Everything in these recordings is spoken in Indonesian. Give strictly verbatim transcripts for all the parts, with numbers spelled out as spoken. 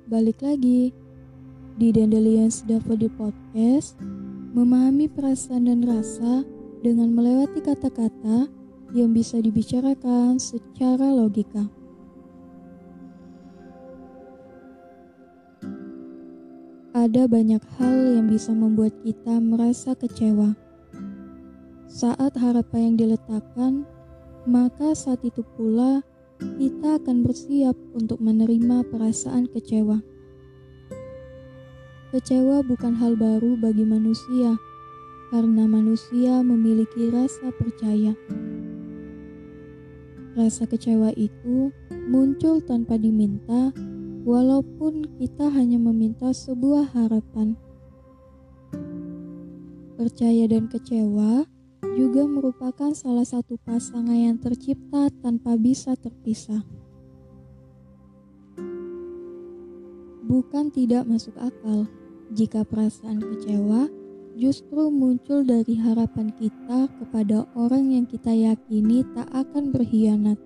balik lagi di Dandelions Daffodil Podcast, memahami perasaan dan rasa dengan melewati kata-kata yang bisa dibicarakan secara logika. Ada banyak hal yang bisa membuat kita merasa kecewa. Saat harapan yang diletakkan, maka saat itu pula kita akan bersiap untuk menerima perasaan kecewa. Kecewa bukan hal baru bagi manusia, karena manusia memiliki rasa percaya. Rasa kecewa itu muncul tanpa diminta, walaupun kita hanya meminta sebuah harapan. Percaya dan kecewa juga merupakan salah satu pasangan yang tercipta tanpa bisa terpisah. Bukan tidak masuk akal jika perasaan kecewa justru muncul dari harapan kita kepada orang yang kita yakini tak akan berkhianat.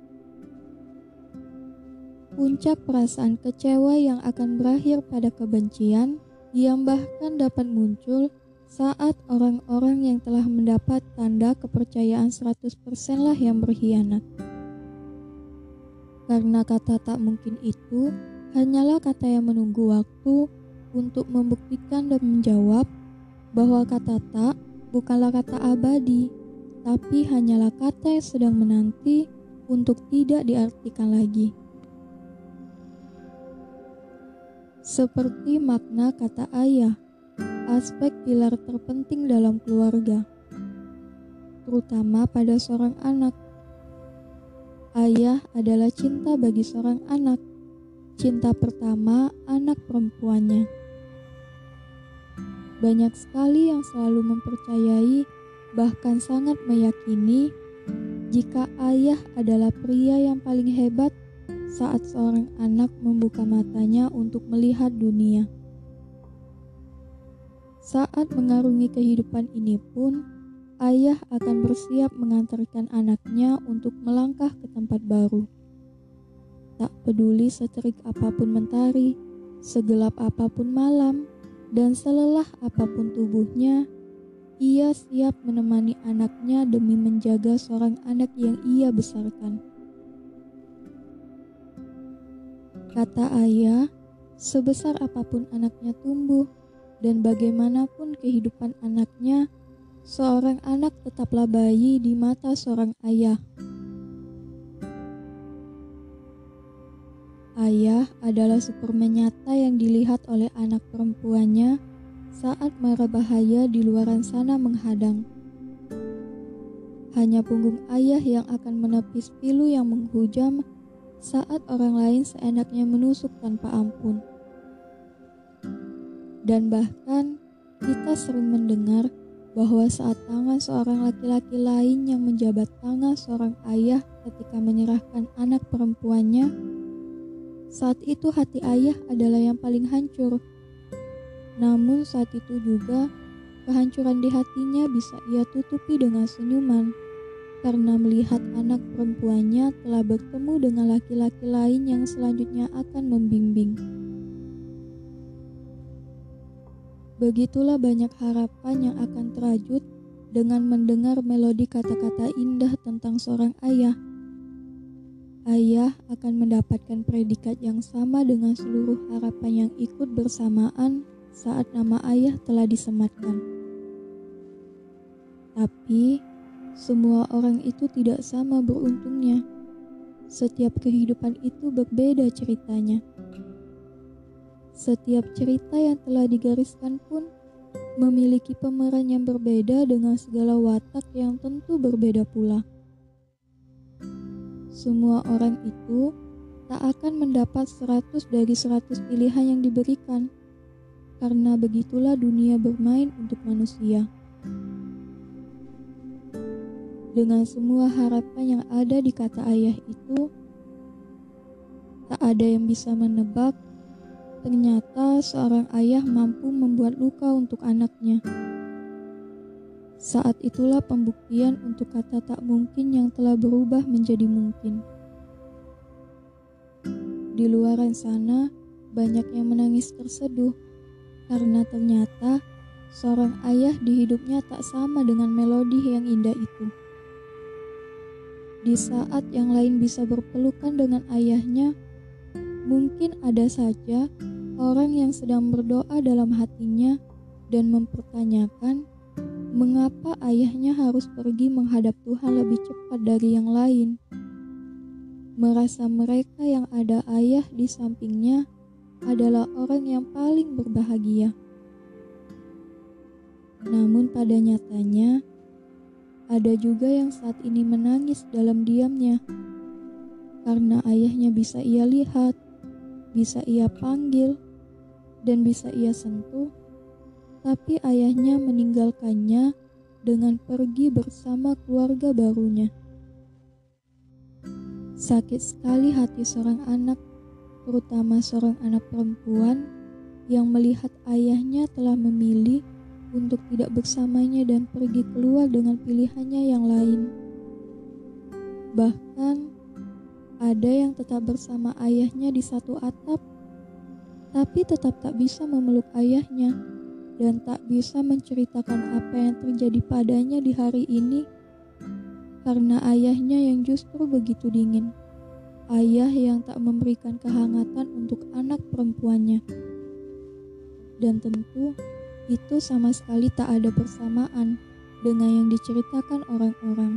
Puncak perasaan kecewa yang akan berakhir pada kebencian yang bahkan dapat muncul saat orang-orang yang telah mendapat tanda kepercayaan seratus persen lah yang berkhianat. Karena kata tak mungkin itu hanyalah kata yang menunggu waktu untuk membuktikan dan menjawab bahwa kata tak bukanlah kata abadi, tapi hanyalah kata yang sedang menanti untuk tidak diartikan lagi. Seperti makna kata ayah, aspek pilar terpenting dalam keluarga, terutama pada seorang anak. Ayah adalah cinta bagi seorang anak, cinta pertama anak perempuannya. Banyak sekali yang selalu mempercayai, bahkan sangat meyakini, jika ayah adalah pria yang paling hebat saat seorang anak membuka matanya untuk melihat dunia. Saat mengarungi kehidupan ini pun, ayah akan bersiap mengantarkan anaknya untuk melangkah ke tempat baru. Tak peduli seterik apapun mentari, segelap apapun malam, dan selelah apapun tubuhnya, ia siap menemani anaknya demi menjaga seorang anak yang ia besarkan. Kata ayah, sebesar apapun anaknya tumbuh, dan bagaimanapun kehidupan anaknya, seorang anak tetaplah bayi di mata seorang ayah. Ayah adalah Superman nyata yang dilihat oleh anak perempuannya saat mara bahaya di luaran sana menghadang. Hanya punggung ayah yang akan menepis pilu yang menghujam saat orang lain seenaknya menusuk tanpa ampun. Dan bahkan kita sering mendengar bahwa saat tangan seorang laki-laki lain yang menjabat tangan seorang ayah ketika menyerahkan anak perempuannya, saat itu hati ayah adalah yang paling hancur. Namun saat itu juga kehancuran di hatinya bisa ia tutupi dengan senyuman, karena melihat anak perempuannya telah bertemu dengan laki-laki lain yang selanjutnya akan membimbing. Begitulah banyak harapan yang akan terajut dengan mendengar melodi kata-kata indah tentang seorang ayah. Ayah akan mendapatkan predikat yang sama dengan seluruh harapan yang ikut bersamaan saat nama ayah telah disematkan. Tapi semua orang itu tidak sama beruntungnya. Setiap kehidupan itu berbeda ceritanya. Setiap cerita yang telah digariskan pun memiliki pemeran yang berbeda dengan segala watak yang tentu berbeda pula. Semua orang itu tak akan mendapat seratus dari seratus pilihan yang diberikan, karena begitulah dunia bermain untuk manusia. Dengan semua harapan yang ada di kata ayah itu, tak ada yang bisa menebak ternyata seorang ayah mampu membuat luka untuk anaknya. Saat itulah pembuktian untuk kata tak mungkin yang telah berubah menjadi mungkin. Di luaran sana, banyak yang menangis terseduh karena ternyata seorang ayah di hidupnya tak sama dengan melodi yang indah itu. Di saat yang lain bisa berpelukan dengan ayahnya, mungkin ada saja orang yang sedang berdoa dalam hatinya dan mempertanyakan mengapa ayahnya harus pergi menghadap Tuhan lebih cepat dari yang lain. Merasa mereka yang ada ayah di sampingnya adalah orang yang paling berbahagia. Namun pada nyatanya, ada juga yang saat ini menangis dalam diamnya, karena ayahnya bisa ia lihat, bisa ia panggil, dan bisa ia sentuh, tapi ayahnya meninggalkannya dengan pergi bersama keluarga barunya. Sakit sekali hati seorang anak, terutama seorang anak perempuan yang melihat ayahnya telah memilih untuk tidak bersamanya dan pergi keluar dengan pilihannya yang lain. Bahkan ada yang tetap bersama ayahnya di satu atap, tapi tetap tak bisa memeluk ayahnya dan tak bisa menceritakan apa yang terjadi padanya di hari ini karena ayahnya yang justru begitu dingin. Ayah yang tak memberikan kehangatan untuk anak perempuannya. Dan tentu itu sama sekali tak ada persamaan dengan yang diceritakan orang-orang.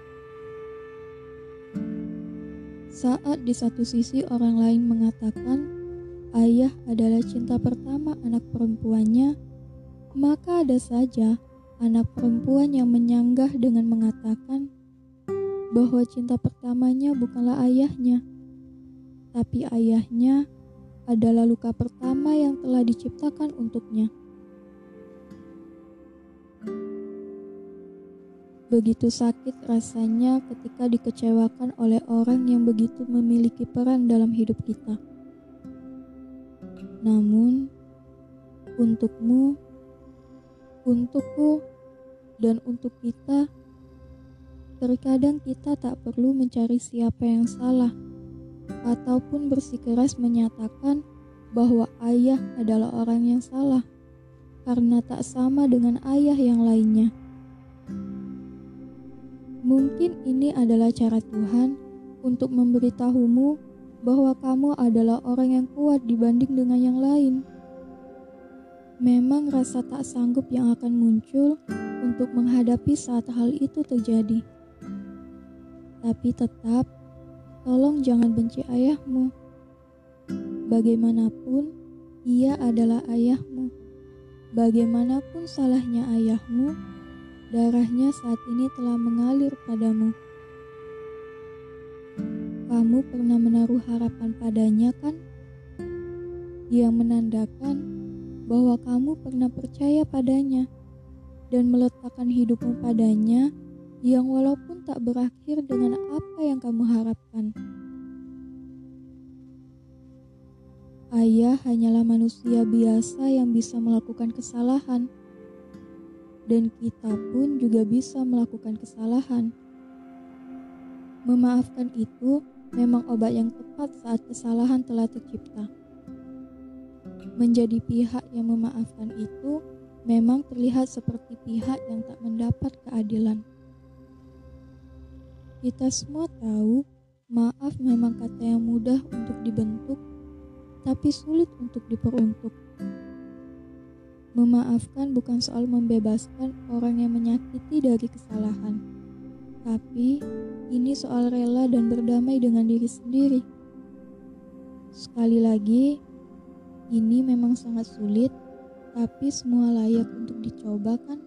Saat di satu sisi orang lain mengatakan ayah adalah cinta pertama anak perempuannya, maka ada saja anak perempuan yang menyanggah dengan mengatakan bahwa cinta pertamanya bukanlah ayahnya, tapi ayahnya adalah luka pertama yang telah diciptakan untuknya. Begitu sakit rasanya ketika dikecewakan oleh orang yang begitu memiliki peran dalam hidup kita. Namun, untukmu, untukku, dan untuk kita, terkadang kita tak perlu mencari siapa yang salah, ataupun bersikeras menyatakan bahwa ayah adalah orang yang salah, karena tak sama dengan ayah yang lainnya. Mungkin ini adalah cara Tuhan untuk memberitahumu bahwa kamu adalah orang yang kuat dibanding dengan yang lain. Memang rasa tak sanggup yang akan muncul untuk menghadapi saat hal itu terjadi. Tapi tetap, tolong jangan benci ayahmu. Bagaimanapun, ia adalah ayahmu. Bagaimanapun salahnya ayahmu, darahnya saat ini telah mengalir padamu. Kamu pernah menaruh harapan padanya, kan? Yang menandakan bahwa kamu pernah percaya padanya dan meletakkan hidupmu padanya, yang walaupun tak berakhir dengan apa yang kamu harapkan. Ayah hanyalah manusia biasa yang bisa melakukan kesalahan, dan kita pun juga bisa melakukan kesalahan. Memaafkan itu memang obat yang tepat saat kesalahan telah tercipta. Menjadi pihak yang memaafkan itu memang terlihat seperti pihak yang tak mendapat keadilan. Kita semua tahu, maaf memang kata yang mudah untuk dibentuk, tapi sulit untuk diperuntuk. Memaafkan bukan soal membebaskan orang yang menyakiti dari kesalahan, tapi ini soal rela dan berdamai dengan diri sendiri. Sekali lagi, ini memang sangat sulit, tapi semua layak untuk dicoba, kan?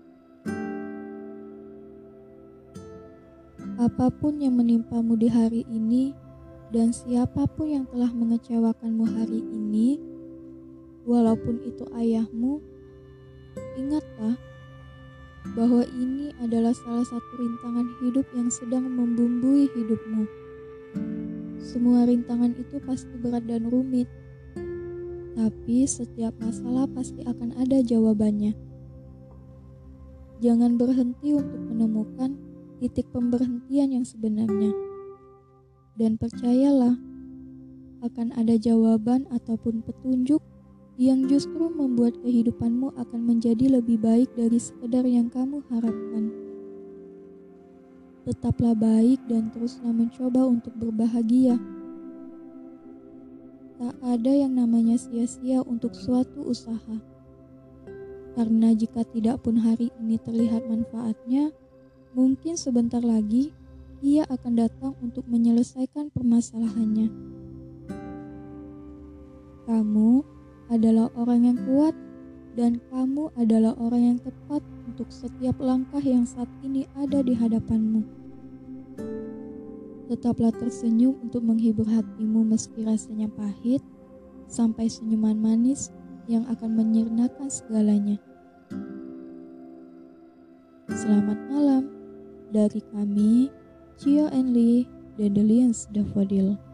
Apapun yang menimpamu di hari ini, dan siapapun yang telah mengecewakanmu hari ini, walaupun itu ayahmu, ingatlah bahwa ini adalah salah satu rintangan hidup yang sedang membumbui hidupmu. Semua rintangan itu pasti berat dan rumit, tapi setiap masalah pasti akan ada jawabannya. Jangan berhenti untuk menemukan titik pemberhentian yang sebenarnya. Dan percayalah, akan ada jawaban ataupun petunjuk yang justru membuat kehidupanmu akan menjadi lebih baik dari sekedar yang kamu harapkan. Tetaplah baik dan teruslah mencoba untuk berbahagia. Tak ada yang namanya sia-sia untuk suatu usaha. Karena jika tidak pun hari ini terlihat manfaatnya, mungkin sebentar lagi ia akan datang untuk menyelesaikan permasalahannya. Kamu adalah orang yang kuat dan kamu adalah orang yang tepat untuk setiap langkah yang saat ini ada di hadapanmu. Tetaplah tersenyum untuk menghibur hatimu meski rasanya pahit, sampai senyuman manis yang akan menyirnakan segalanya. Selamat malam dari kami, Cio and Lee, Dandelions Daffodil.